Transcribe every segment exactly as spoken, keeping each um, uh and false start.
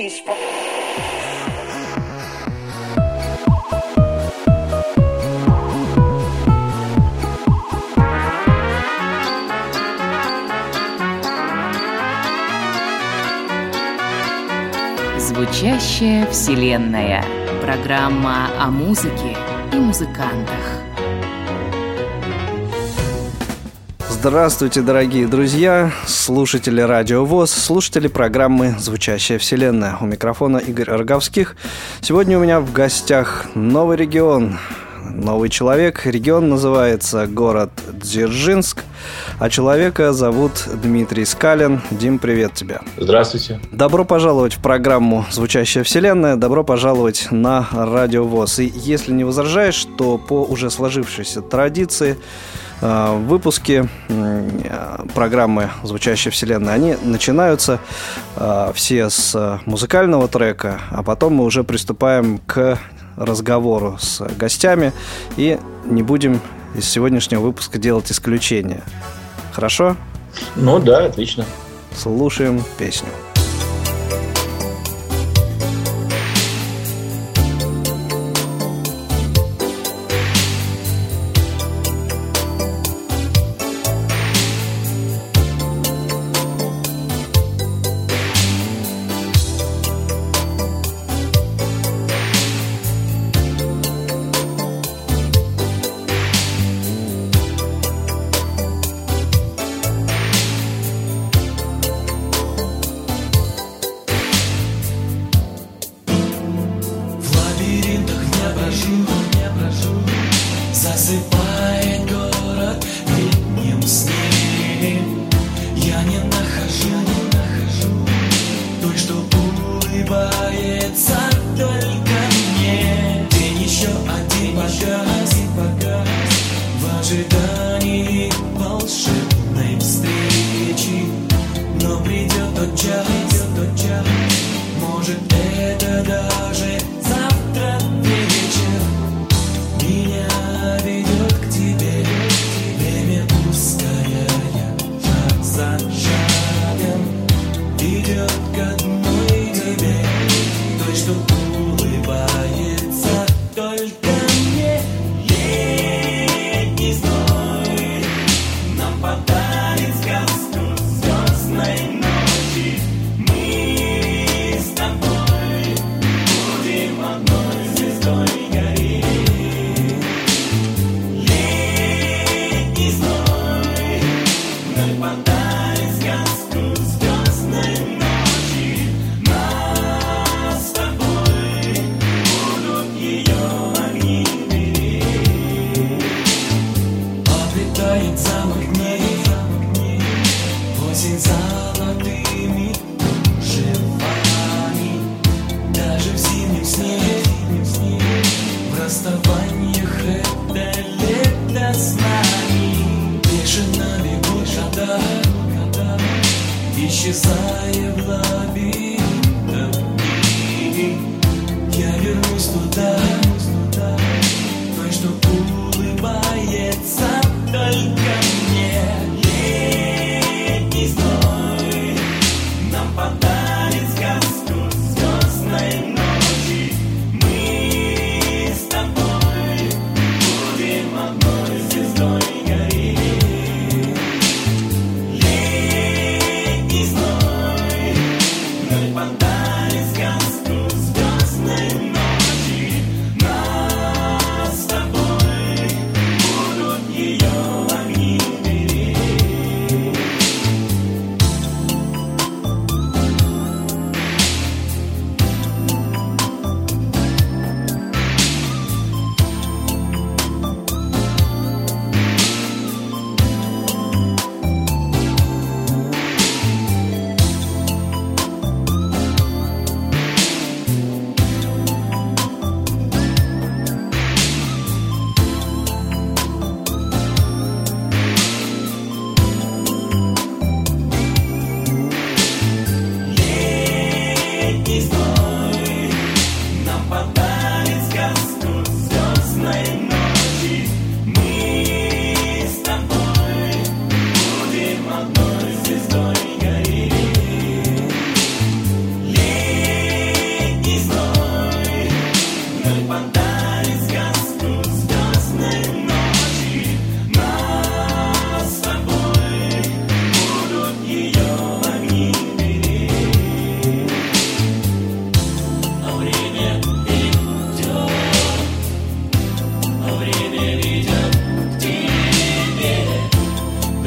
Звучащая вселенная. Программа о музыке и музыкантах. Здравствуйте, дорогие друзья, слушатели Радио ВОС, слушатели программы «Звучащая вселенная». У микрофона Игорь Роговских. Сегодня у меня в гостях новый регион, новый человек. Регион называется город Дзержинск, а человека зовут Дмитрий Скалин. Дим, привет тебе. Здравствуйте. Добро пожаловать в программу «Звучащая вселенная», добро пожаловать на Радио ВОС. И если не возражаешь, то по уже сложившейся традиции выпуски программы «Звучащая вселенная», они начинаются все с музыкального трека, а потом мы уже приступаем к разговору с гостями и не будем из сегодняшнего выпуска делать исключения. Хорошо? Ну да, отлично. Слушаем песню. Исчезая в лабиринтах книги, я вернусь туда, той, что улыбается только мне. Летний зной нам подарит сказку звездной ночи. Мы с тобой будем одной звездой гореть. Летний зной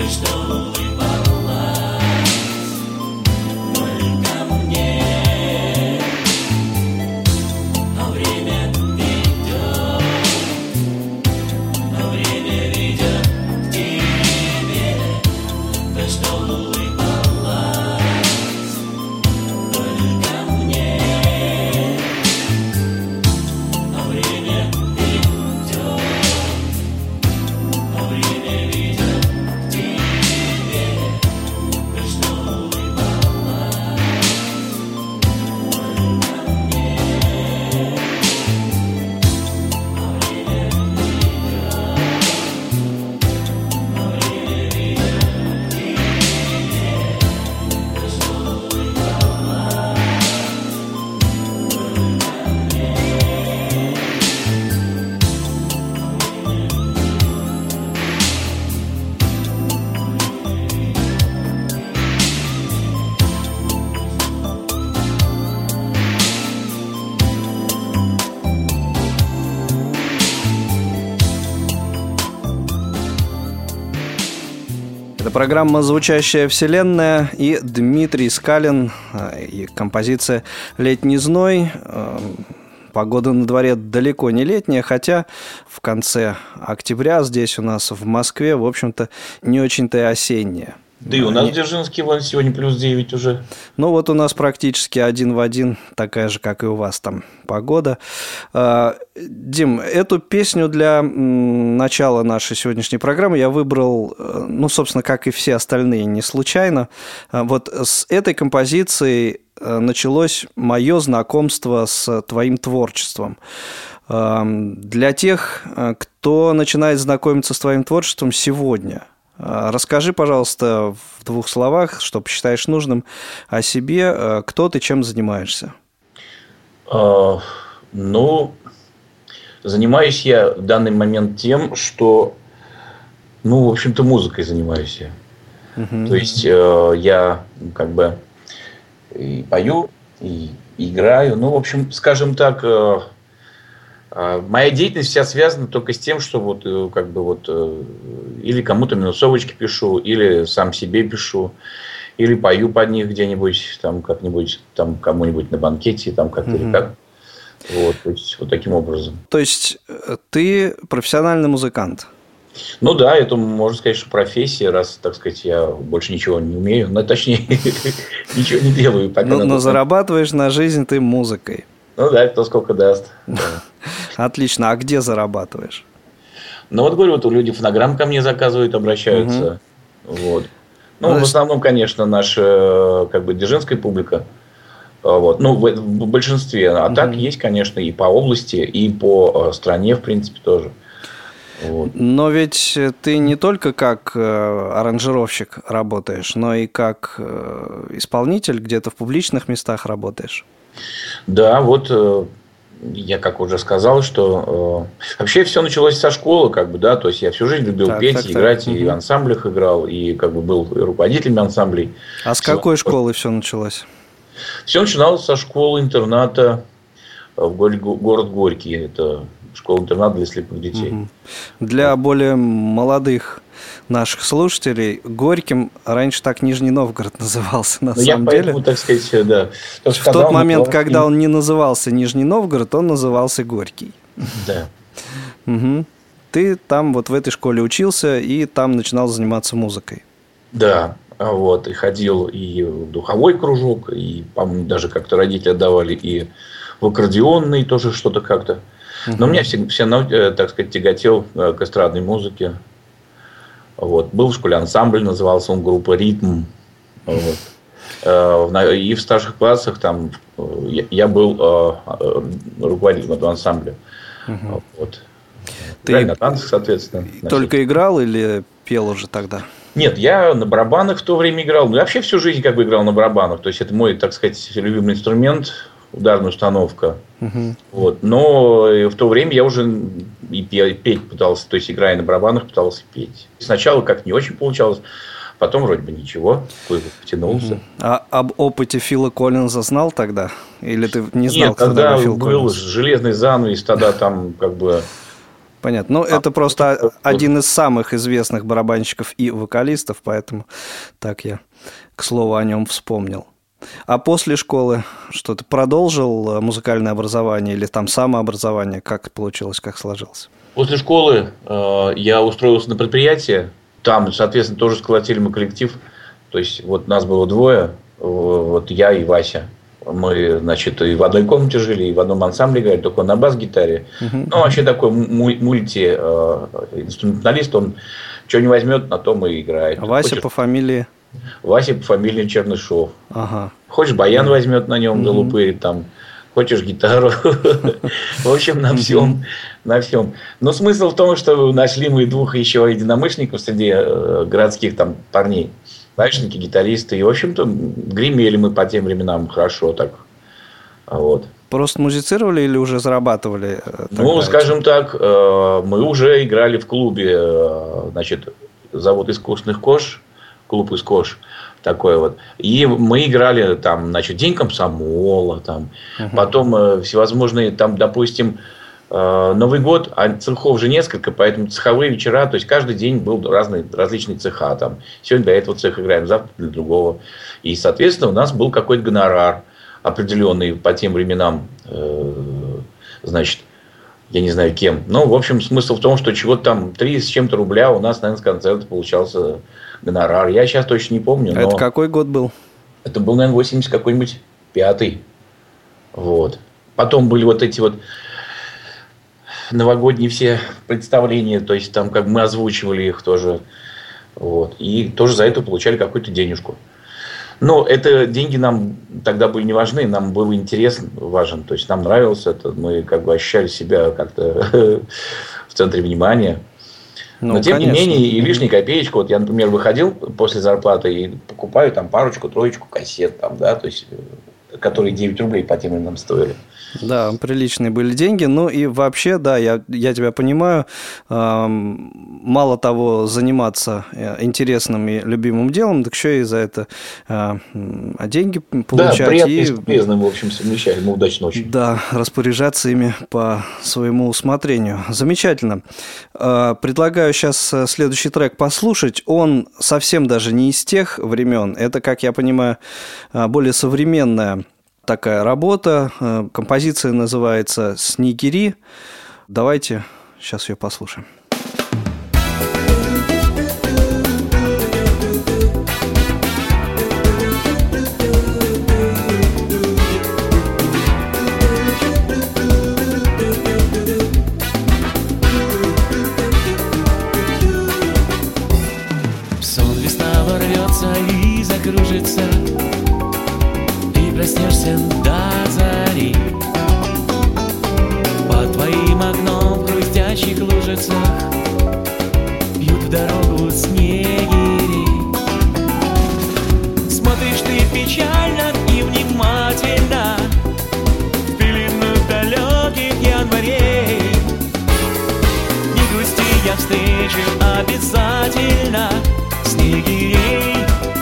Это программа «Звучащая вселенная» и Дмитрий Скалин, и композиция «Летний зной». Погода на дворе далеко не летняя, хотя в конце октября здесь у нас в Москве, в общем-то, не очень-то и осенняя. Да и у нас в Дзержинске сегодня плюс девять уже. Ну вот у нас практически один в один такая же, как и у вас там погода. Дим, эту песню для начала нашей сегодняшней программы я выбрал, ну, собственно, как и все остальные, не случайно. Вот с этой композицией началось мое знакомство с твоим творчеством. Для тех, кто начинает знакомиться с твоим творчеством сегодня, расскажи, пожалуйста, в двух словах, что посчитаешь нужным, о себе, кто ты, чем занимаешься. А, ну, занимаюсь я в данный момент тем, что, ну, в общем-то, музыкой занимаюсь я. Uh-huh. То есть, э, я как бы и пою, и, и играю. Ну, в общем, скажем так, э, э, моя деятельность вся связана только с тем, что вот, э, как бы вот, э, или кому-то минусовочки пишу, или сам себе пишу, или пою под них где-нибудь, там, как-нибудь, там, кому-нибудь на банкете, там, как-то или как. Вот, то есть, вот таким образом. То есть, ты профессиональный музыкант? Ну да, это, можно сказать, что профессия, раз, так сказать, я больше ничего не умею, ну, точнее, ничего не делаю. Но зарабатываешь на жизнь ты музыкой. Ну да, кто сколько даст. Отлично, а где зарабатываешь? Ну вот говорю, вот люди фонограмм ко мне заказывают, обращаются. Вот. Ну, в основном, конечно, наша, как бы, дзержинская публика. Вот. Ну, в, в большинстве. А mm-hmm. так есть, конечно, и по области, и по стране, в принципе, тоже. Вот. Но ведь ты не только как аранжировщик работаешь, но и как исполнитель где-то в публичных местах работаешь. Да, вот я как уже сказал, что э, вообще все началось со школы, как бы, да, то есть я всю жизнь любил так, петь, так, играть, так. и угу. в ансамблях играл, и как бы был руководителем ансамблей. А с какой все. школы все началось? Все начиналось со школы-интерната в город Горький. Это школа-интернат для слепых детей. Угу. Для более молодых наших слушателей, Горьким раньше так Нижний Новгород назывался, на Но самом я деле. Поэтому, так сказать, да. В сказал, тот момент, он... когда он не назывался Нижний Новгород, он назывался Горький. Да. Угу. Ты там вот в этой школе учился и там начинал заниматься музыкой. Да, вот, и ходил и в духовой кружок, и, по-моему, даже как-то родители отдавали и в аккордеонный тоже что-то как-то. Угу. Но меня все, все, так сказать, тяготел к эстрадной музыке. Вот. Был в школе ансамбль, назывался он группа «Ритм». Вот. И в старших классах там я был руководителем этого ансамбля. Угу. Вот. Ты играли на танцах, соответственно. Только значит. Играл или пел уже тогда? Нет, я на барабанах в то время играл. Ну, вообще всю жизнь как бы играл на барабанах. То есть это мой, так сказать, любимый инструмент, ударная установка. Угу. Вот. Но в то время я уже и петь пытался, то есть играя на барабанах, пытался петь. Сначала как не очень получалось, потом вроде бы ничего, потянулся. Угу. А об опыте Фила Коллинза знал тогда? Или ты не знал, Нет, кто тогда Фил был Коллинз? железный занавес, тогда там как бы Понятно. Ну, а, это просто это, один из самых известных барабанщиков и вокалистов, поэтому так я, к слову, о нем вспомнил. А после школы что, ты продолжил музыкальное образование или там самообразование? Как получилось, как сложилось? После школы э, я устроился на предприятие. Там, соответственно, тоже сколотили мы коллектив. То есть, вот нас было двое, вот я и Вася. Мы, значит, и в одной комнате жили, и в одном ансамбле играли, только на бас-гитаре. Uh-huh. Ну, вообще такой мульти-инструменталист, он что не возьмет, на том и играет. А Вася Хочешь... по фамилии? Вася по фамилии Чернышов. Ага. Хочешь, баян возьмет на нем, залупырит там. Хочешь, гитару. В общем, на всем. На всем. Но смысл в том, что нашли мы двух еще единомышленников среди городских там парней. Клавишники, гитаристы. И, в общем-то, гремели мы по тем временам хорошо так. Вот. Просто музицировали или уже зарабатывали? Ну, скажем так, мы уже играли в клубе, значит, завод искусственных кож, клуб из кож. Такое вот. И мы играли там, значит, День комсомола, там, uh-huh. потом э, всевозможные, там, допустим, э, Новый год, а цехов же несколько, поэтому цеховые вечера, то есть каждый день был разный, различные цеха. Там. Сегодня для этого цеха играем, завтра для другого. И, соответственно, у нас был какой-то гонорар определенный по тем временам, э, значит, я не знаю кем. Ну, в общем, смысл в том, что чего-то там три с чем-то рубля у нас, наверное, с концерта получался гонорар. Я сейчас точно не помню. Но... Это какой год был? Это был, наверное, восемьдесят какой-нибудь пятый. Вот. Потом были вот эти вот новогодние все представления. То есть, там как мы озвучивали их тоже. Вот. И тоже за это получали какую-то денежку. Но это деньги нам тогда были не важны. Нам был интерес важен. То есть, нам нравилось это. Мы как бы ощущали себя как-то в центре внимания. Ну, но, тем конечно. не менее, и лишнюю копеечку. Вот я, например, выходил после зарплаты и покупаю там парочку, троечку кассет, там, да, то есть, которые девять рублей по тем временам стоили. Да, приличные были деньги. Ну и вообще, да, я, я тебя понимаю, э, мало того, заниматься интересным и любимым делом, так еще и за это э, деньги получать. Да, приятно и с полезным, в общем, совмещаем. Мы удачно очень. Да, распоряжаться ими по своему усмотрению. Замечательно. Э, предлагаю сейчас следующий трек послушать. Он совсем даже не из тех времен. Это, как я понимаю, более современная такая работа. Композиция называется «Снегири». Давайте сейчас ее послушаем. В сон весна ворвется и закружится, проснешься до зари. Под твоим окном в хрустящих лужицах пьют в дорогу снегири. Смотришь ты печально и внимательно в пелену далеких январей. Не грусти, я встречу обязательно снегирей,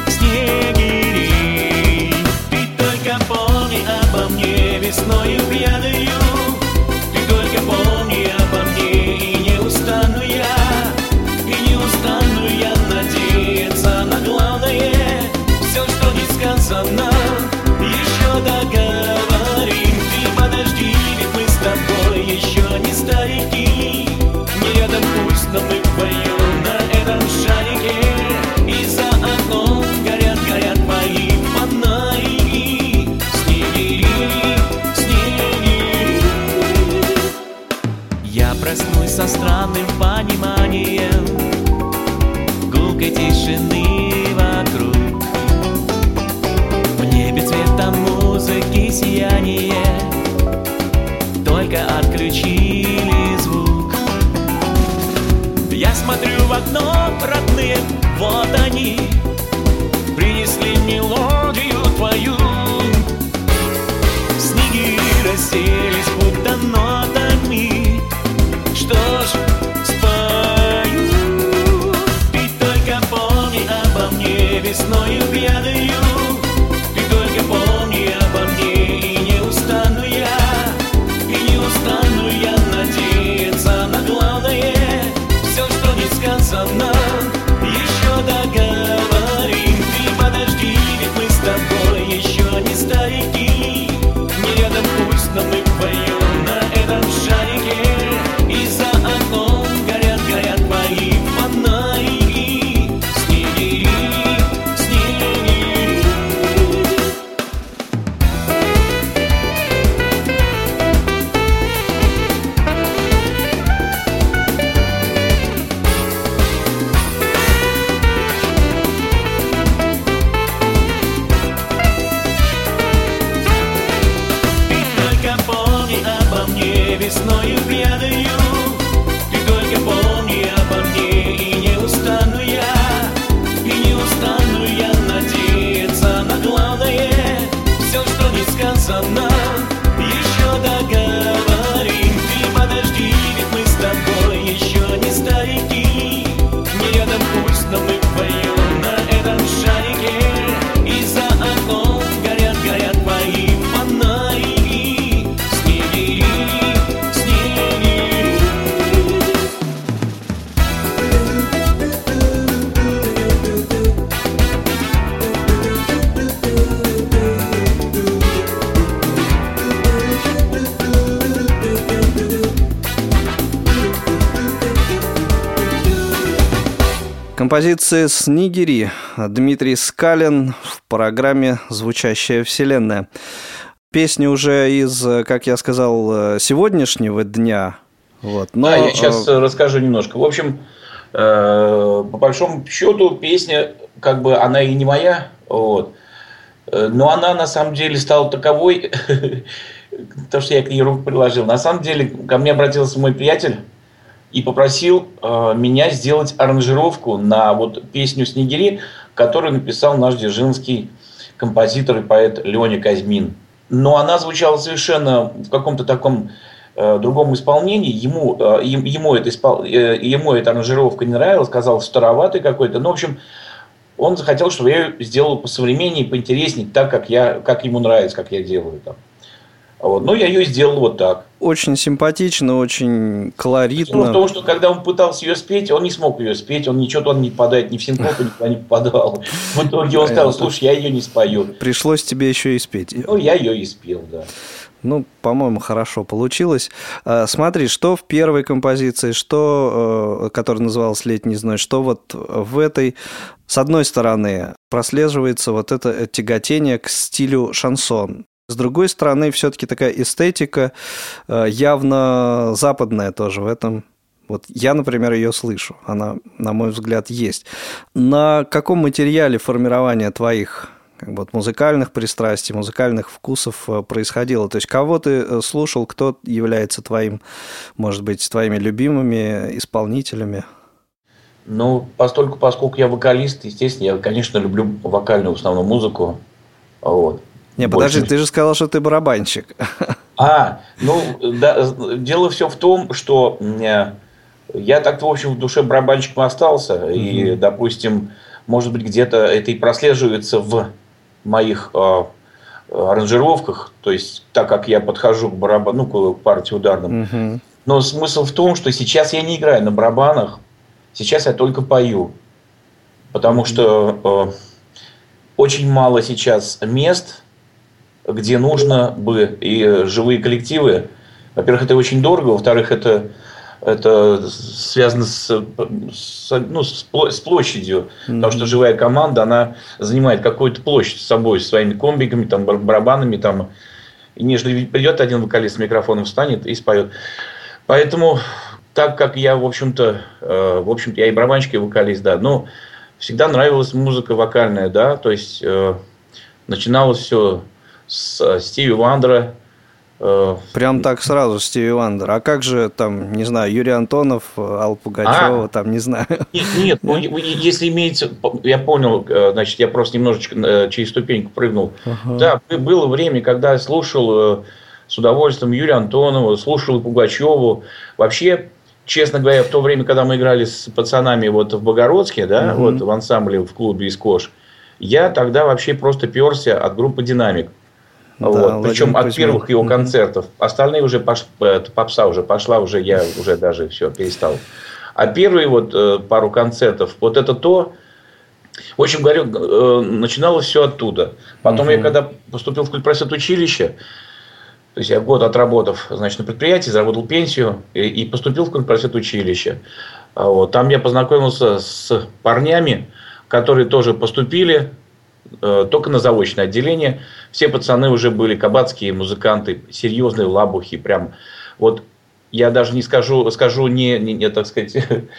снегирей. Помни обо мне весною пьяную, ты только помни обо мне, и не устану я, и не устану я надеяться на главное. Все, что не сказано, еще договорим. Ты подожди, ведь мы с тобой еще не старики. Не рядом пусть, но мы вдвоем на этом шарике, и за окном горят, горят мои фонарики. Я проснусь со странным пониманием гулкой тишины вокруг. В небе цвета музыки сияние, только отключили звук. Я смотрю в окно, родные, вот они принесли мелодию твою. Снегири расселись будто нотами. Что ж, спою. Ты только помни обо мне весною пьяную. Ты только помни обо мне, и не устану я, и не устану я надеяться на главное. композиция «Снегири». Дмитрий Скалин в программе «Звучащая вселенная». Песня уже из, как я сказал, сегодняшнего дня. Вот. Но... Да, я сейчас расскажу немножко. В общем, по большому счету, песня, как бы, она и не моя, вот. Но она на самом деле стала таковой, то, что я к ней руку приложил. На самом деле, ко мне обратился мой приятель и попросил э, меня сделать аранжировку на вот песню «Снегири», которую написал наш дзержинский композитор и поэт Леня Казьмин. Но она звучала совершенно в каком-то таком э, другом исполнении. Ему, э, ему, это испол... э, ему эта аранжировка не нравилась, сказал, староватый какой-то. Ну, в общем, он захотел, чтобы я ее сделал посовременнее, поинтереснее, так, как, я, как ему нравится, как я делаю там. Вот. Ну, я ее сделал вот так. Очень симпатично, очень колоритно. Дело в том, что когда он пытался ее спеть, он не смог ее спеть, он ничего он не попадает, ни в синкопы никуда не попадал. В итоге он сказал, слушай, я ее не спою. Пришлось тебе еще и спеть. Ну, я ее и спел, да. Ну, по-моему, хорошо получилось. Смотри, что в первой композиции, что, которая называлась «Летний зной», что вот в этой, с одной стороны, прослеживается вот это тяготение к стилю шансон. С другой стороны, все-таки такая эстетика явно западная тоже в этом. Вот я, например, ее слышу. Она, на мой взгляд, есть. На каком материале формирования твоих как бы, вот, музыкальных пристрастий, музыкальных вкусов происходило? То есть кого ты слушал, кто является твоим, может быть, твоими любимыми исполнителями? Ну, постольку, поскольку я вокалист, естественно, я, конечно, люблю вокальную в основном музыку. Вот. Не, подожди, ты же сказал, что ты барабанщик. А, ну, да, дело все в том, что я так-то, в общем, в душе барабанщиком остался. Mm-hmm. И, допустим, может быть, где-то это и прослеживается в моих э, аранжировках. То есть, так как я подхожу к барабану, ну, к партии ударным. Mm-hmm. Но смысл в том, что сейчас я не играю на барабанах. Сейчас я только пою. Потому mm-hmm. что э, очень мало сейчас мест, где нужно бы и живые коллективы. Во-первых, это очень дорого, во-вторых, это, это связано с, с, ну, с площадью, mm-hmm. потому что живая команда, она занимает какую-то площадь с собой, с своими комбиками, там, барабанами, там, и нежели придет один вокалист с микрофоном, встанет и споет. Поэтому, так как я, в общем-то, э, в общем-то, я и барабанщик, и вокалист, да, но всегда нравилась музыка вокальная, да, то есть э, начиналось все с Стиви Вандера. Прям так сразу Стиви Вандер. А как же там, не знаю, Юрий Антонов, Алла Пугачева, а, там, не знаю. Нет, нет, ну, если имеется, я понял, значит, я просто немножечко через ступеньку прыгнул. Ага. Да, было время, когда я слушал с удовольствием Юрия Антонова, слушал Пугачеву. Вообще, честно говоря, в то время, когда мы играли с пацанами вот в Богородске, да, угу. вот в ансамбле в клубе «Искош», я тогда вообще просто перся от группы «Динамик». Да, вот. Причем от первых его концертов. Остальные уже пош... попса уже пошла, уже я уже даже все перестал. А первые вот пару концертов, вот это то. В общем, говорю, начиналось все оттуда. Потом uh-huh. я когда поступил в культпросветучилище, то есть я год отработав, значит, на предприятии, заработал пенсию и, и поступил в культпросветучилище. Вот. Там я познакомился с парнями, которые тоже поступили, только на заочное отделение. Все пацаны уже были кабацкие музыканты, серьезные лабухи, прям. Вот я даже не скажу, скажу не, не, не так сказать,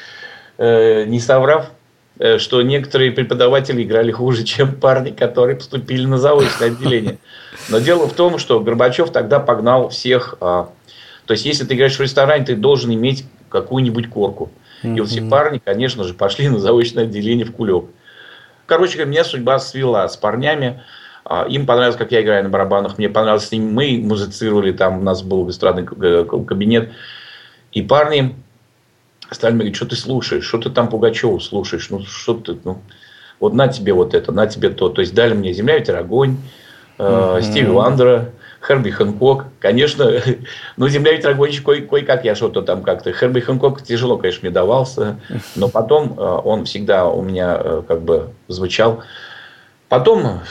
не соврав, что некоторые преподаватели играли хуже, чем парни, которые поступили на заочное отделение. Но дело в том, что Горбачев тогда погнал всех. То есть, если ты играешь в ресторане, ты должен иметь какую-нибудь корку. И вот все парни, конечно же, пошли на заочное отделение в кулек. Короче говоря, меня судьба свела с парнями. Им понравилось, как я играю на барабанах. Мне понравилось с ними. Мы музицировали. Там у нас был эстрадный кабинет. И парни стали мне говорить, что ты слушаешь? Что ты там Пугачеву слушаешь? Ну, что ты... Ну, вот на тебе вот это, на тебе то. То есть, дали мне «Земля, ветер, огонь», mm-hmm. Стиви Вандера, Херби Хэнкок. Конечно, ну, «Земля, ветер, огонь» кое- кое-как я что-то там как-то. Херби Хэнкок тяжело, конечно, мне давался. Но потом он всегда у меня как бы звучал. Потом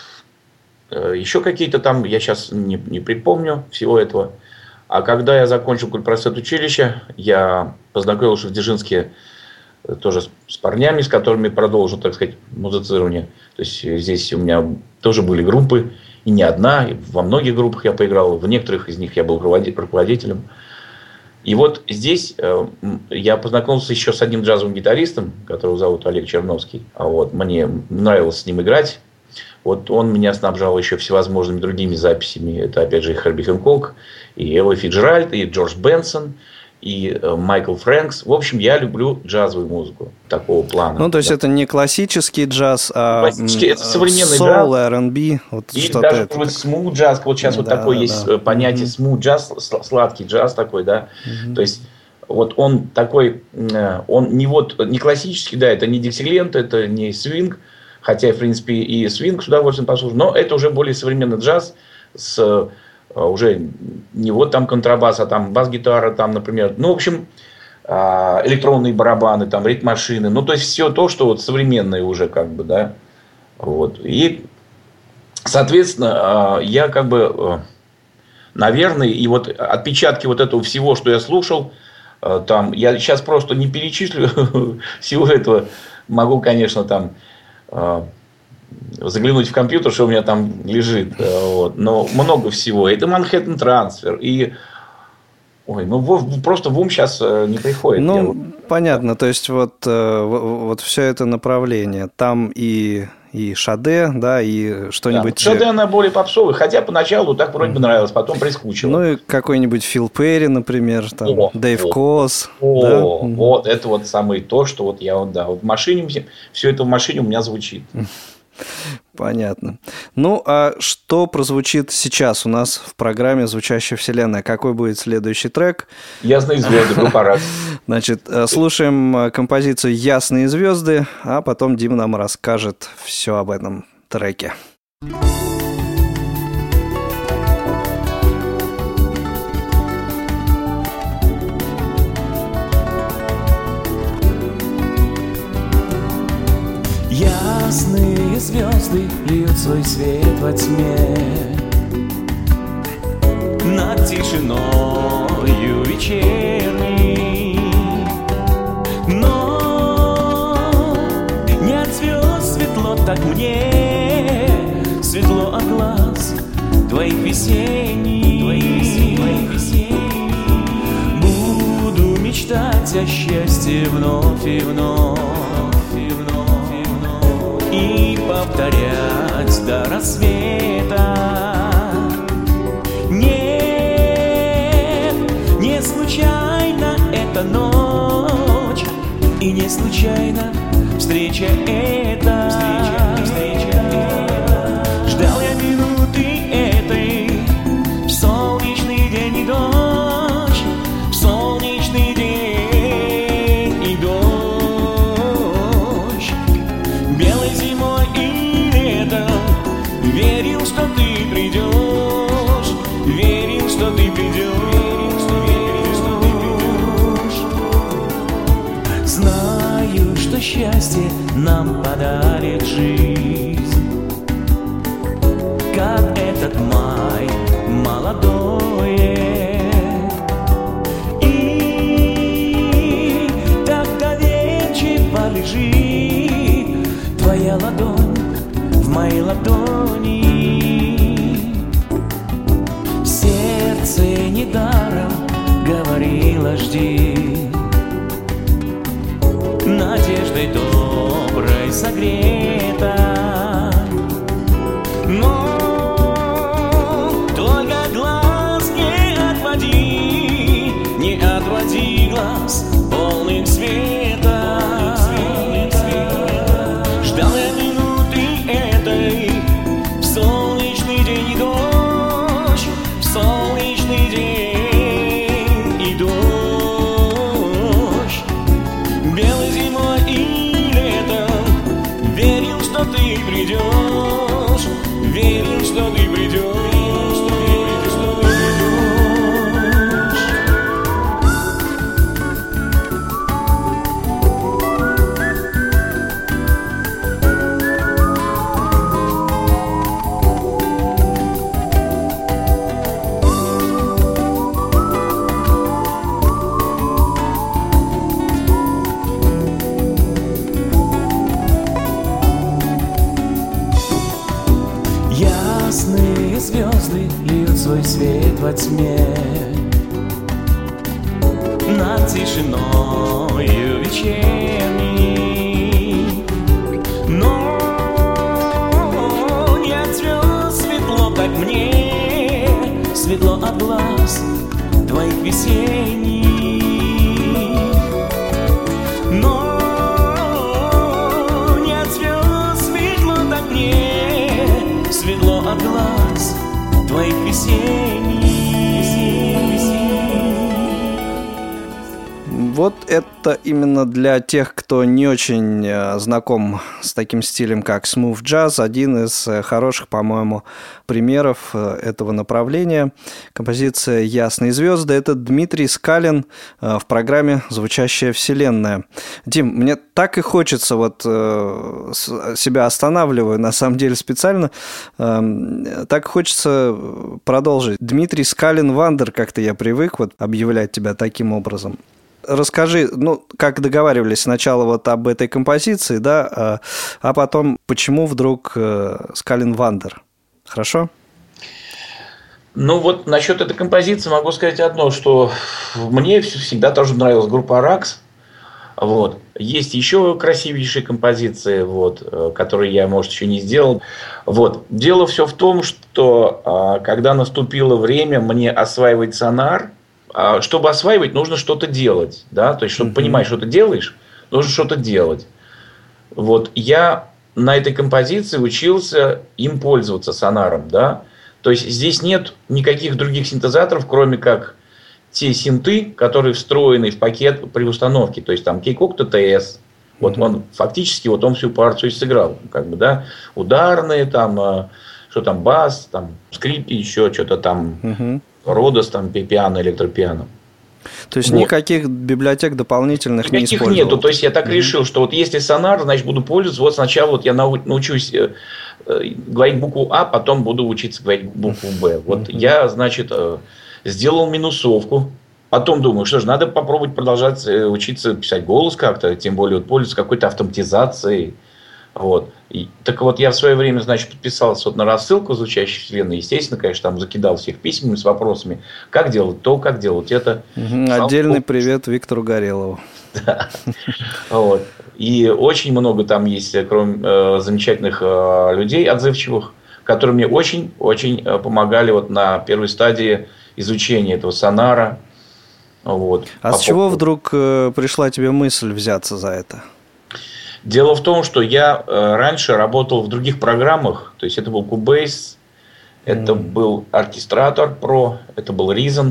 еще какие-то там, я сейчас не, не припомню всего этого. А когда я закончил культпросветучилище, я познакомился в Дзержинске тоже с парнями, с которыми продолжил, так сказать, музицирование. То есть здесь у меня тоже были группы, и не одна, и во многих группах я поиграл, в некоторых из них я был руководителем. И вот здесь я познакомился еще с одним джазовым гитаристом, которого зовут Олег Черновский. Вот, мне нравилось с ним играть. Вот он меня снабжал еще всевозможными другими записями. Это, опять же, и Херби Хэнкок, и Элла Фицджеральд, и Джордж Бенсон, и Майкл Фрэнкс. В общем, я люблю джазовую музыку такого плана. Ну, то есть, да. Это не классический джаз, а классический, это современный soul, джаз. ар энд би. Вот и даже это. смут джаз. Вот сейчас да, вот такое да, есть да. понятие смут джаз, сладкий джаз такой, да. Mm-hmm. То есть, вот он такой, он не, вот, не классический, да, это не диксиленд, это не свинг. Хотя, в принципе, и свинг с удовольствием послушаю. Но это уже более современный джаз с уже не вот там контрабас, а там бас-гитара, там, например. Ну, в общем, электронные барабаны, там, ритм-машины. Ну, то есть, все то, что вот современное уже, как бы, да. Вот. И, соответственно, я как бы, наверное, и вот отпечатки вот этого всего, что я слушал, там, я сейчас просто не перечислю всего этого. Могу, конечно, там заглянуть в компьютер, что у меня там лежит. Вот. Но много всего. Это Манхэттен Трансфер. И ой, ну просто в ум сейчас не приходит. Ну, вот... понятно. То есть, вот, вот все это направление. Там и, и Шаде, да, и что-нибудь... Да, Шаде, она более попсовая. Хотя поначалу так вроде бы нравилось, потом прискучило. Ну, и какой-нибудь Фил Перри, например, там, о, Дэйв о, Коз. О, да? Вот, это вот самое то, что вот я, да, в машине, все это в машине у меня звучит. Понятно. Ну, а что прозвучит сейчас у нас в программе «Звучащая вселенная»? Какой будет следующий трек? «Ясные звезды», группа «Ракс». Значит, слушаем композицию «Ясные звезды», а потом Дима нам расскажет все об этом треке. Ясные звезды льют свой свет во тьме над тишиною вечерней. Но не от звезд светло так мне, светло от глаз твоих весенних. Буду мечтать о счастье вновь и вновь, и повторять до рассвета. Нет, не случайно эта ночь, и не случайно встреча эта. Ждал я минуты этой в солнечный день и дождь, в солнечный день и дождь. Белой зимой и летом верил, что ты придешь, верил, что ты придешь, верил, что ты придешь. Знаю, что счастье нам подарит жизнь, как этот май молодое. И так доверчиво лежит твоя ладонь в моей ладони. Сердце недаром говорило жди, надеждой доброй согрета. Но только глаз не отводи, не отводи глаз полных света. Ждал я минуты этой в солнечный день и дождь, в солнечный день и дождь. Белой зимой и летом верил, что ты придешь, верил, что ты придешь. Ясные звезды льют свой свет во тьме над тишиною вечерней. Но не от звезд светло, как мне, светло от глаз твоих весенних. Но не от звезд светло, так мне, светло от глаз твоих весенних. Вот это именно для тех, кто не очень э, знаком с таким стилем, как smooth jazz, один из э, хороших, по-моему, примеров э, этого направления. Композиция «Ясные звезды» — это Дмитрий Скалин э, в программе «Звучащая вселенная». Дим, мне так и хочется, вот э, себя останавливаю, на самом деле специально, э, так хочется продолжить. Дмитрий Скалин Вандер, как-то я привык вот объявлять тебя таким образом. Расскажи, ну, как договаривались сначала вот об этой композиции, да, а, а потом, почему вдруг э, Скалин Вандер? Хорошо? Ну, вот насчет этой композиции могу сказать одно, что мне всегда тоже нравилась группа «Ракс». Вот. Есть еще красивейшие композиции, вот, которые я, может, еще не сделал. Вот. Дело все в том, что когда наступило время мне осваивать сонар, чтобы осваивать, нужно что-то делать, да, то есть, чтобы mm-hmm. понимать, что ты делаешь, нужно что-то делать. Вот, я на этой композиции учился им пользоваться сонаром, да, то есть, здесь нет никаких других синтезаторов, кроме как те синты, которые встроены в пакет при установке, то есть, там, Кейкок тэ тэ эс, вот, mm-hmm. он, фактически, вот, он всю партию сыграл, как бы, да, ударные, там, что там, бас, там, скрипки, еще что-то там, mm-hmm. Родос, там, пиано, электропиано. То есть вот. Никаких библиотек дополнительных никаких не использовал? Никаких нету. То есть я так mm-hmm. решил, что вот если сонар, значит буду пользоваться. Вот сначала вот я научусь э, э, говорить букву А, потом буду учиться говорить букву Б. Вот mm-hmm. я, значит, э, сделал минусовку. Потом думаю, что же, надо попробовать продолжать э, учиться писать голос как-то, тем более вот, пользоваться какой-то автоматизацией. Вот. И, так вот, я в свое время, значит, подписался вот на рассылку «Звучащей вселенной». Естественно, конечно, там закидал всех письмами с вопросами, как делать то, как делать это. Угу, отдельный привет Виктору Горелову. Да. Вот. И очень много там есть, кроме э, замечательных э, людей, отзывчивых, которые мне очень-очень э, помогали вот на первой стадии изучения этого сонара. Вот. А с чего вдруг э, пришла тебе мысль взяться за это? Дело в том, что я э, раньше работал в других программах, то есть это был Cubase, это mm. был Orchestrator Pro, это был Reason.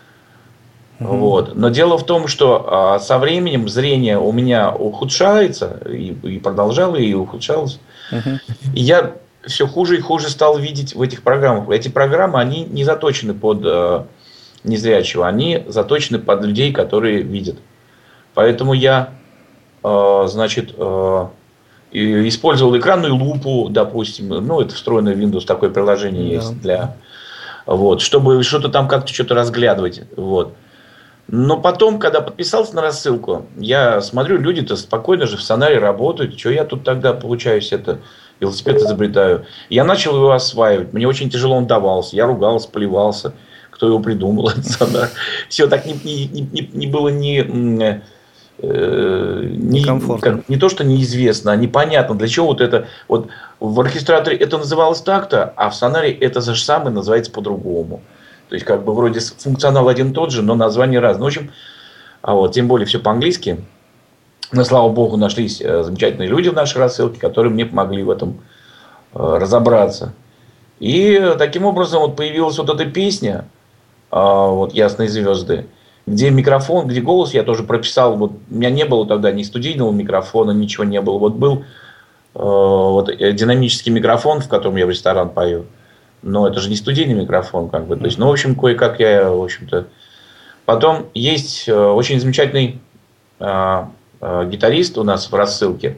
Mm. Вот. Но дело в том, что э, со временем зрение у меня ухудшается, и, и продолжало, и ухудшалось. Mm-hmm. И я все хуже и хуже стал видеть в этих программах. Эти программы, они не заточены под э, незрячего, они заточены под людей, которые видят. Поэтому я... значит, использовал экранную лупу, допустим, ну, это встроенное в Windows, такое приложение да. есть для, вот, чтобы что-то там как-то что-то разглядывать, вот. Но потом, когда подписался на рассылку, я смотрю, люди-то спокойно же в сонаре работают, что я тут тогда, получаюсь, это велосипед изобретаю. Я начал его осваивать, мне очень тяжело он давался, я ругался, плевался, кто его придумал, этот сонар. Все так не, не, не, не было ни... Не, как, не то, что неизвестно, а непонятно, для чего вот это. Вот в оркестраторе это называлось так-то, а в сонаре это же самое называется по-другому. То есть, как бы вроде функционал один и тот же, но название разное. В общем, а вот, тем более все по-английски. Но, слава богу, нашлись замечательные люди в нашей рассылке, которые мне помогли в этом разобраться. И таким образом вот появилась вот эта песня, вот «Ясные звезды», где микрофон, где голос я тоже прописал. Вот, у меня не было тогда ни студийного микрофона, ничего не было. Вот был э, вот, динамический микрофон, в котором я в ресторан пою. Но это же не студийный микрофон, как бы. То есть, ну, в общем, кое-как я, в общем-то. Потом есть э, очень замечательный э, э, гитарист у нас в рассылке,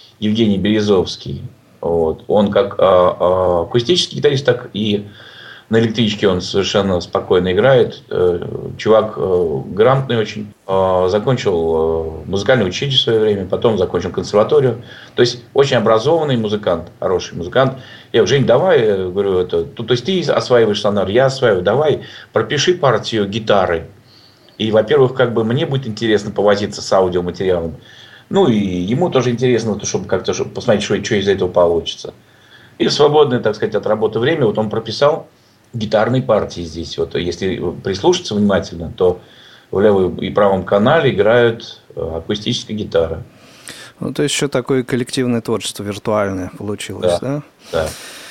Евгений Березовский. Вот. Он как э, э, акустический гитарист, так и На электричке он совершенно спокойно играет. Чувак грамотный очень. Закончил музыкальное училище в свое время, потом закончил консерваторию. То есть очень образованный музыкант, хороший музыкант. Я говорю: Жень, давай, я говорю, это, то, то есть ты осваиваешь сонар, я осваиваю, давай пропиши партию гитары. И, во-первых, как бы мне будет интересно повозиться с аудиоматериалом. Ну, и ему тоже интересно, чтобы как-то чтобы посмотреть, что, что из этого получится. И в свободное, так сказать, от работы время вот он прописал гитарные партии здесь. Вот, если прислушаться внимательно, то в левом и правом канале играют акустическая гитара. Ну, то есть еще такое коллективное творчество виртуальное получилось, да? Да. Да.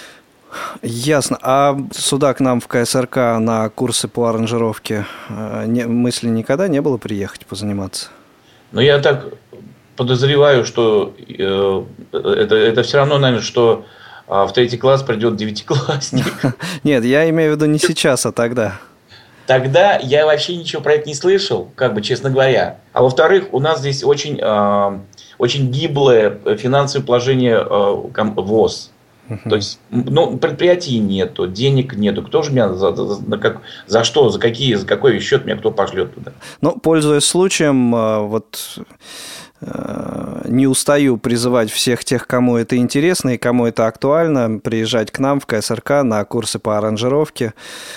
Ясно. А сюда к нам в ка эс эр ка на курсы по аранжировке не, мысли никогда не было приехать позаниматься? Ну, я так подозреваю, что э, это, это все равно, наверное, что в третий класс придет девятиклассник. Нет, я имею в виду не сейчас, а тогда. Тогда я вообще ничего про это не слышал, как бы, честно говоря. А во-вторых, у нас здесь очень, э, очень гиблое финансовое положение э, ВОС. Uh-huh. То есть, ну, предприятий нету, денег нету. Кто же меня за, за, за, как, за что, за какие, за какой счет меня кто пошлет туда? Ну, пользуясь случаем, вот не устаю призывать всех тех, кому это интересно и кому это актуально, приезжать к нам в ка эс эр ка на курсы по аранжировке.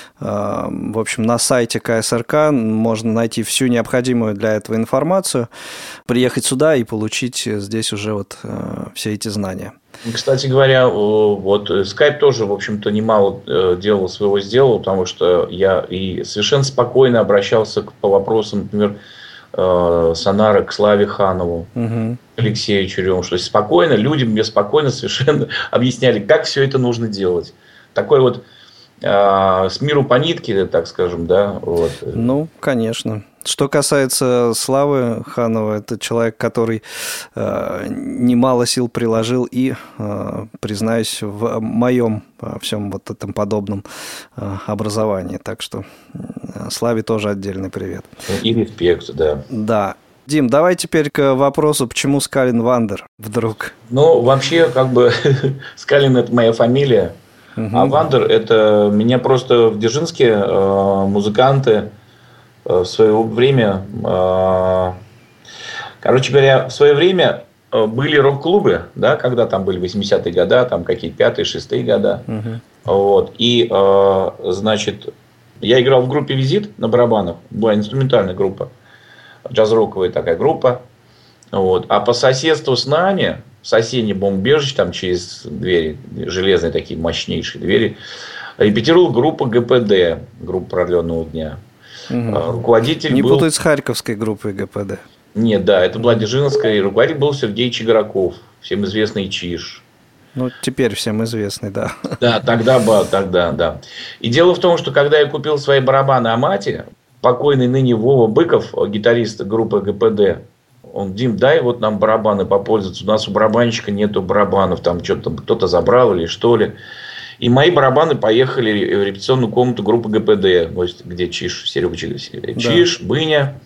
В общем, на сайте ка эс эр ка можно найти всю необходимую для этого информацию, приехать сюда и получить здесь уже вот все эти знания. Кстати говоря, вот Skype тоже, в общем-то, немало делал своего сделал, потому что я и совершенно спокойно обращался по вопросам, например, сонара к Славе Ханову, угу. Алексею Черемову, что спокойно, люди мне спокойно совершенно объясняли, как все это нужно делать. Такой вот э, с миру по нитке, так скажем, да. Вот. Ну, конечно. Что касается Славы Ханова, это человек, который э, немало сил приложил и, э, признаюсь, в моем э, всем вот этом подобном э, образовании. Так что э, Славе тоже отдельный привет. И респект, да. Да. Дим, давай теперь к вопросу, почему Скалин Вандер вдруг? Ну, вообще, как бы, Скалин – это моя фамилия, угу. А Вандер – это меня просто в Дзержинске э, музыканты в свое время, короче говоря, в свое время были рок-клубы, да, когда там были восьмидесятые годы, там какие-то пятые, шестые года. Uh-huh. Вот. И, значит, я играл в группе «Визит» на барабанах. Была инструментальная группа. Джаз-роковая такая группа. Вот. А по соседству с нами, в соседней бомбежище, там через двери, железные такие мощнейшие двери, репетировала группа гэ пэ дэ, группа продленного дня. Угу. Руководитель Не был... путать с Харьковской группой гэ пэ дэ. Нет, да, это была Дзержинская. И руководитель был Сергей Чиграков, всем известный Чиж. Ну, теперь всем известный, да. Да, тогда был, тогда, да. И дело в том, что когда я купил свои барабаны Амати, покойный ныне Вова Быков, гитарист группы гэ пэ дэ, он: Дим, дай вот нам барабаны попользоваться. У нас у барабанщика нету барабанов, там что-то кто-то забрал или что ли. И мои барабаны поехали в репетиционную комнату группы гэ пэ дэ, где Чиж, Серега Чиж, Чиж, да. Быня,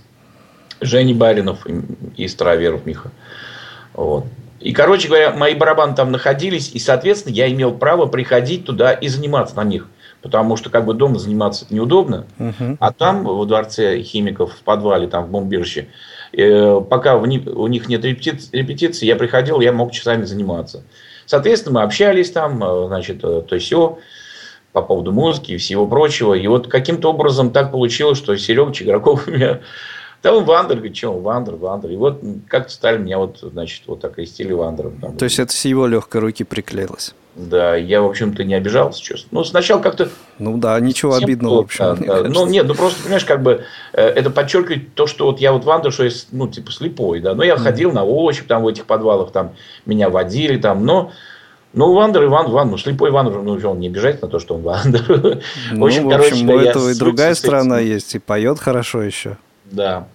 Женя Баринов и Староверов Миха. Вот. И, короче говоря, мои барабаны там находились, и, соответственно, я имел право приходить туда и заниматься на них. Потому что как бы дома заниматься это неудобно, uh-huh. а там, во дворце химиков, в подвале, там в бомбежище, э, пока в них, у них нет репетиции, репетиции, я приходил, я мог часами заниматься. Соответственно, мы общались там, значит, то есть все по поводу музыки и всего прочего. И вот каким-то образом так получилось, что Серега Чиграков у меня... Да он Вандер, говорит, что он Вандер, Вандер. И вот как-то стали меня вот, значит, вот окрестили Вандером. Там. То есть это с его легкой руки приклеилось? Да, я, в общем-то, не обижался, честно. Ну, сначала как-то... Ну да, ничего обидного, было, в общем. Да, да. Ну, нет, ну просто, понимаешь, как бы это подчеркивает то, что вот я вот Вандер, что я, ну, типа, слепой, да. Но я mm-hmm. ходил на ощупь там в этих подвалах, там меня водили, там, но... Ну, Вандер, Иван, Ван, ну, слепой Вандер, ну, он не обижает на то, что он Вандер. Ну, в общем, в общем у этого и другая сторона есть, и поет хорошо еще. Да.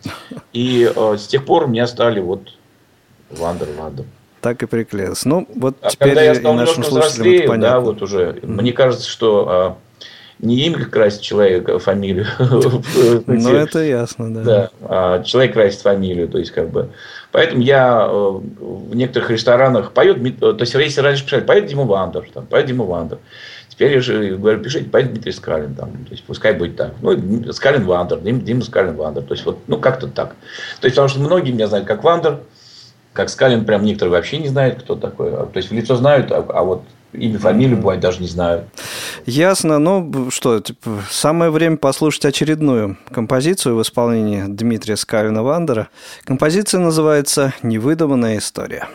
И э, с тех пор у меня стали вот Вандер, Вандер. Так и приклеилось. Ну, вот а теперь когда я стал и нашим слушателям это понятно. Да, вот уже. Mm-hmm. Мне кажется, что э, не имя красит человека, фамилию. Ну, это ясно, да. Да, а человек красит фамилию, то есть, как бы... Поэтому я в некоторых ресторанах поет, то есть если раньше писали, поет Дима Вандер, там, поет Дима Вандер. Теперь я же говорю, пишите, поет Дмитрий Скалин, там, то есть пускай будет так. Ну, Скалин Вандер, Дим, Дима Скалин Вандер. То есть вот, ну, как-то так. То есть, потому что многие меня знают как Вандер, как Скалин, прям некоторые вообще не знают, кто такой. То есть в лицо знают, а, а вот имя, фамилию, бывает, даже не знают. Ясно. Ну, что, типа, самое время послушать очередную композицию в исполнении Дмитрия Скалина Вандера. Композиция называется «Невыдуманная история».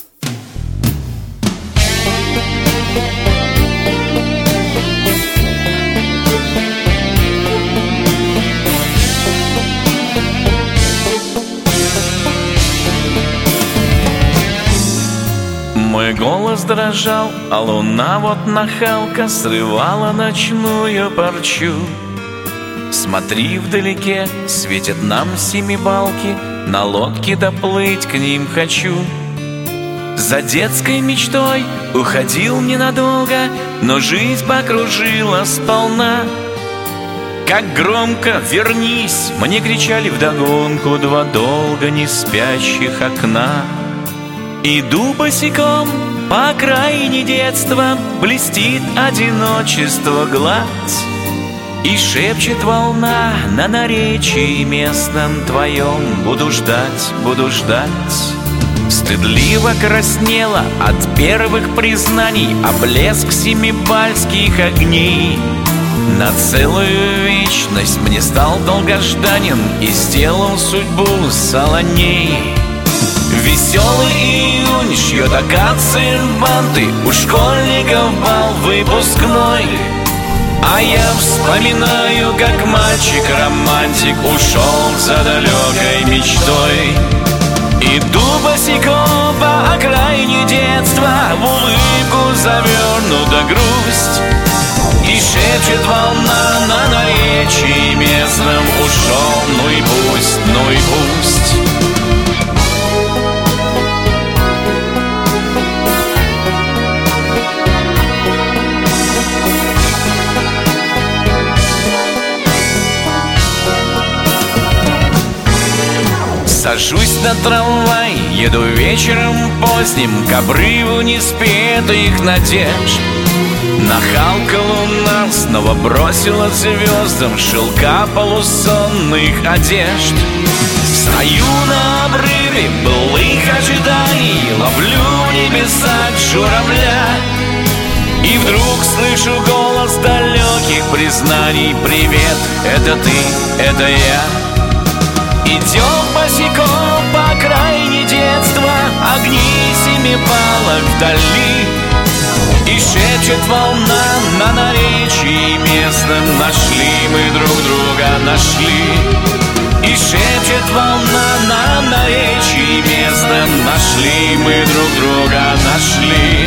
Мой голос дрожал, а луна вот нахалка срывала ночную парчу. Смотри, вдалеке светят нам семибалки, на лодке доплыть к ним хочу. За детской мечтой уходил ненадолго, но жизнь покружила сполна. Как громко «Вернись!» мне кричали вдогонку два долго не спящих окна. Иду босиком по окраине детства, блестит одиночество гладь, и шепчет волна на наречии местном твоем: буду ждать, буду ждать. Стыдливо краснела от первых признаний, а блеск семибальских огней на целую вечность мне стал долгожданен и сделал судьбу солоней. Веселый июнь шьет акации банты, у школьников бал выпускной. А я вспоминаю, как мальчик-романтик ушел за далекой мечтой. Иду босиком по окраине детства, в улыбку завернута грусть, и шепчет волна на наречии местном: ушел, ну и пусть, ну и пусть. Сажусь на трамвай, еду вечером поздним к обрыву неспетых надежд. Нахалка луна снова бросила звездам шелка полусонных одежд. Стою на обрыве былых ожиданий, ловлю в небесах журавля, и вдруг слышу голос далеких признаний: привет, это ты, это я. Идем босиком по окраине детства, огни семибалок вдали, и шепчет волна на наречии местном: нашли мы друг друга, нашли. И шепчет волна на наречии местном: нашли мы друг друга, нашли.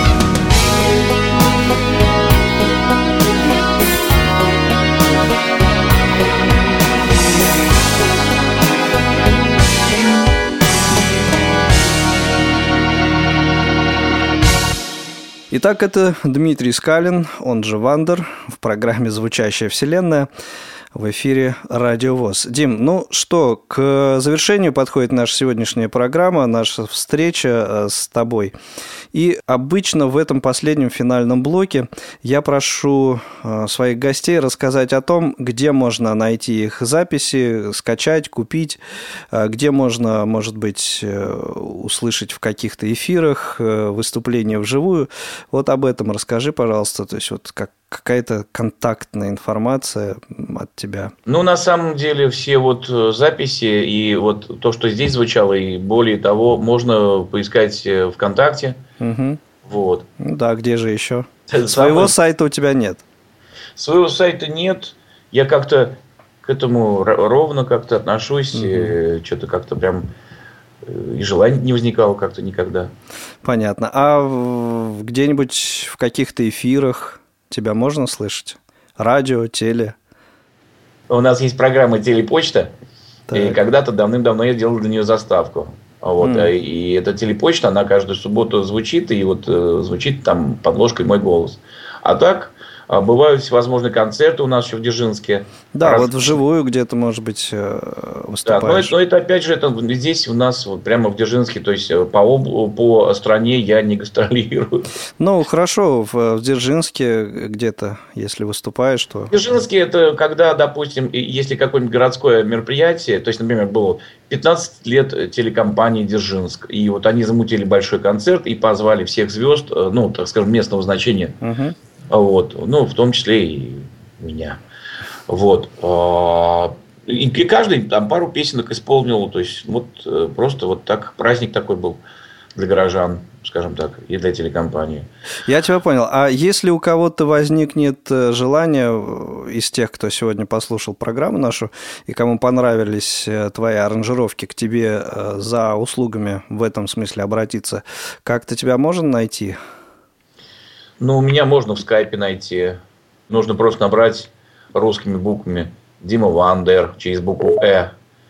Итак, это Дмитрий Скалин, он же Вандер, в программе «Звучащая вселенная», в эфире Радио ВОС. Дим, ну что, к завершению подходит наша сегодняшняя программа, наша встреча с тобой. И обычно в этом последнем финальном блоке я прошу своих гостей рассказать о том, где можно найти их записи, скачать, купить, где можно, может быть, услышать в каких-то эфирах, выступления вживую. Вот об этом расскажи, пожалуйста, то есть вот как какая-то контактная информация от тебя. Ну, на самом деле, все вот записи и вот то, что здесь звучало, и более того, можно поискать ВКонтакте. Угу. Вот. Да, где же еще? Это Своего самое... сайта у тебя нет? Своего сайта нет. Я как-то к этому ровно как-то отношусь. Угу. Что-то как-то прям и желания не возникало как-то никогда. Понятно. А где-нибудь в каких-то эфирах тебя можно слышать? Радио, теле? У нас есть программа «Телепочта». Так. И когда-то давным-давно я делал для нее заставку. Вот. Mm. И эта телепочта, она каждую субботу звучит, и вот звучит там подложкой мой голос. А так, А бывают всевозможные концерты у нас еще в Дзержинске. Да, Раз... вот вживую где-то, может быть, выступаешь. Да, но, это, но это опять же, это здесь у нас вот прямо в Дзержинске, то есть по, об... по стране я не гастролирую. Ну, хорошо, в, в Дзержинске где-то, если выступаешь, то... В Дзержинске это когда, допустим, если какое-нибудь городское мероприятие, то есть, например, было пятнадцать лет телекомпании «Дзержинск», и вот они замутили большой концерт и позвали всех звезд, ну, так скажем, местного значения, угу. Вот, ну, в том числе и меня. Вот. И каждый там пару песенок исполнил. То есть, вот просто вот так праздник такой был для горожан, скажем так, и для телекомпании. Я тебя понял. А если у кого-то возникнет желание из тех, кто сегодня послушал программу нашу, и кому понравились твои аранжировки, к тебе за услугами в этом смысле обратиться, как-то тебя можно найти? Ну, меня можно в скайпе найти. Нужно просто набрать русскими буквами Дима Вандер через букву «Э».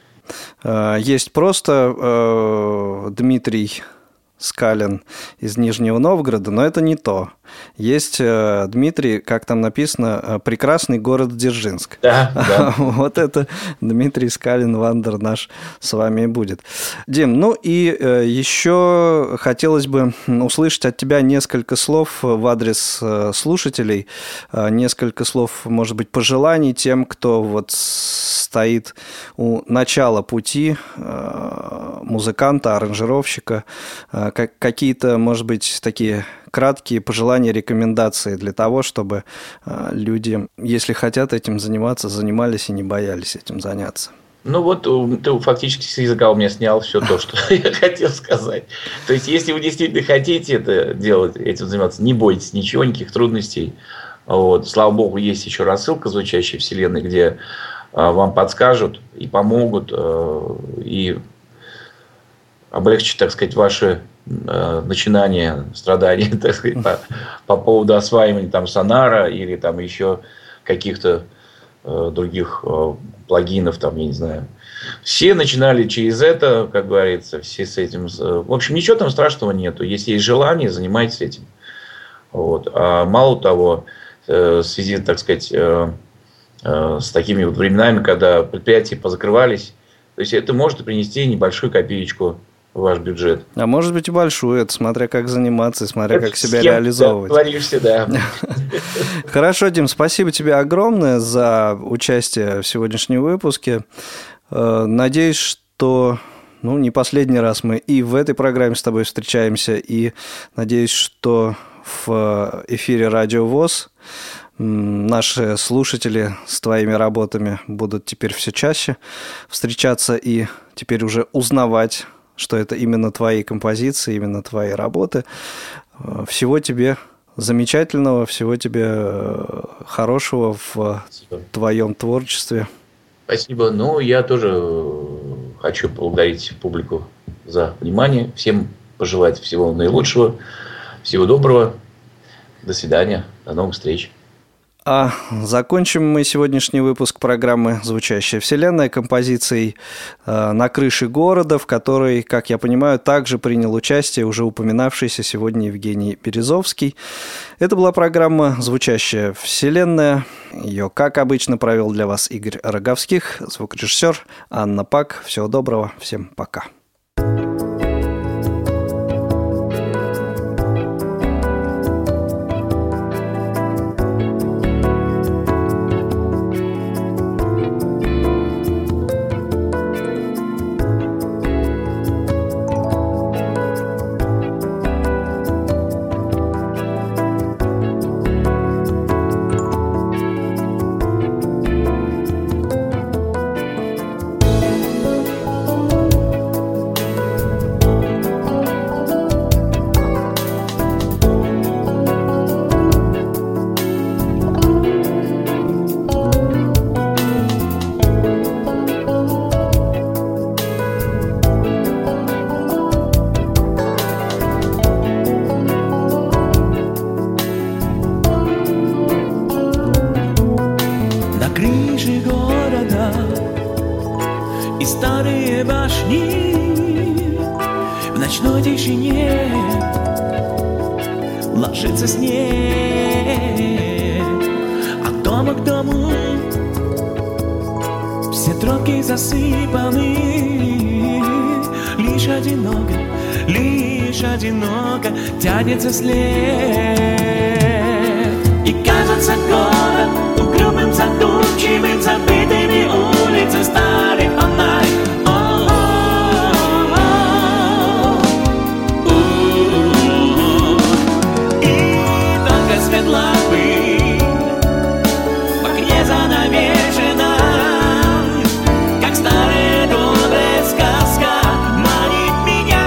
Есть просто э, Дмитрий Скалин из Нижнего Новгорода, но это не то. Есть э, Дмитрий, как там написано, прекрасный город Дзержинск. Да, да. Вот это Дмитрий Скалин, Вандер наш с вами и будет. Дим, ну и э, еще хотелось бы услышать от тебя несколько слов в адрес э, слушателей, э, несколько слов, может быть, пожеланий тем, кто вот стоит у начала пути э, музыканта, аранжировщика, э, как, какие-то, может быть, такие краткие пожелания, рекомендации для того, чтобы э, люди, если хотят этим заниматься, занимались и не боялись этим заняться. Ну вот ты фактически с языка у меня снял все то, что я хотел сказать. То есть, если вы действительно хотите это делать, этим заниматься, не бойтесь ничего, никаких трудностей. Вот. Слава богу, есть еще рассылка «Звучащая вселенная», где вам подскажут и помогут, и облегчат, так сказать, ваши начинания, страдания, так сказать, по, по поводу осваивания там сонара или там еще каких-то э, других э, плагинов, там, я не знаю. Все начинали через это, как говорится, все с этим. В общем, ничего там страшного нету. Если есть желание, занимайтесь этим. Вот. А мало того, э, в связи, так сказать, э, э, с такими вот временами, когда предприятия позакрывались, то есть это может принести небольшую копеечку в ваш бюджет. А может быть и большую, это смотря как заниматься, смотря это как себя реализовывать. Творишься, да. Хорошо, Дим, спасибо тебе огромное за участие в сегодняшнем выпуске. Надеюсь, что ну, не последний раз мы и в этой программе с тобой встречаемся, и надеюсь, что в эфире Радио ВОС наши слушатели с твоими работами будут теперь все чаще встречаться и теперь уже узнавать, что это именно твои композиции, именно твои работы. Всего тебе замечательного, всего тебе хорошего в Спасибо. Твоем творчестве. Спасибо. Ну, я тоже хочу поблагодарить публику за внимание. Всем пожелать всего наилучшего, всего доброго. До свидания. До новых встреч. А закончим мы сегодняшний выпуск программы «Звучащая вселенная» композицией «На крыше города», в которой, как я понимаю, также принял участие уже упоминавшийся сегодня Евгений Березовский. Это была программа «Звучащая вселенная». Ее, как обычно, провел для вас Игорь Роговских, звукорежиссер Анна Пак. Всего доброго, всем пока. Ложится снег, строки засыпаны. Лишь одиноко, лишь одиноко тянется след. И кажется город угрюмым, задумчивым, забытыми улицы стали фонарь. Светла пыль в окне занавешена, как старая добрая сказка манит меня.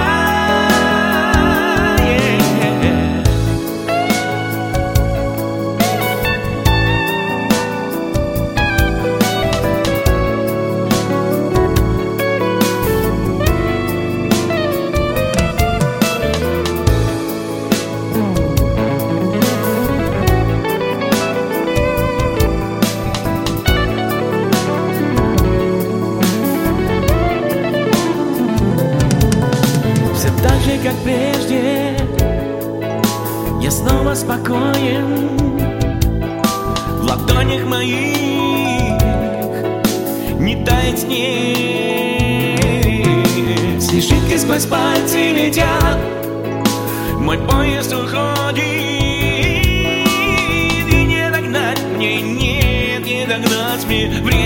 Как прежде, я снова спокоен. В ладонях моих не тает снег. Снежинки сквозь пальцы летят, мой поезд уходит. И не догнать мне, нет, не догнать мне.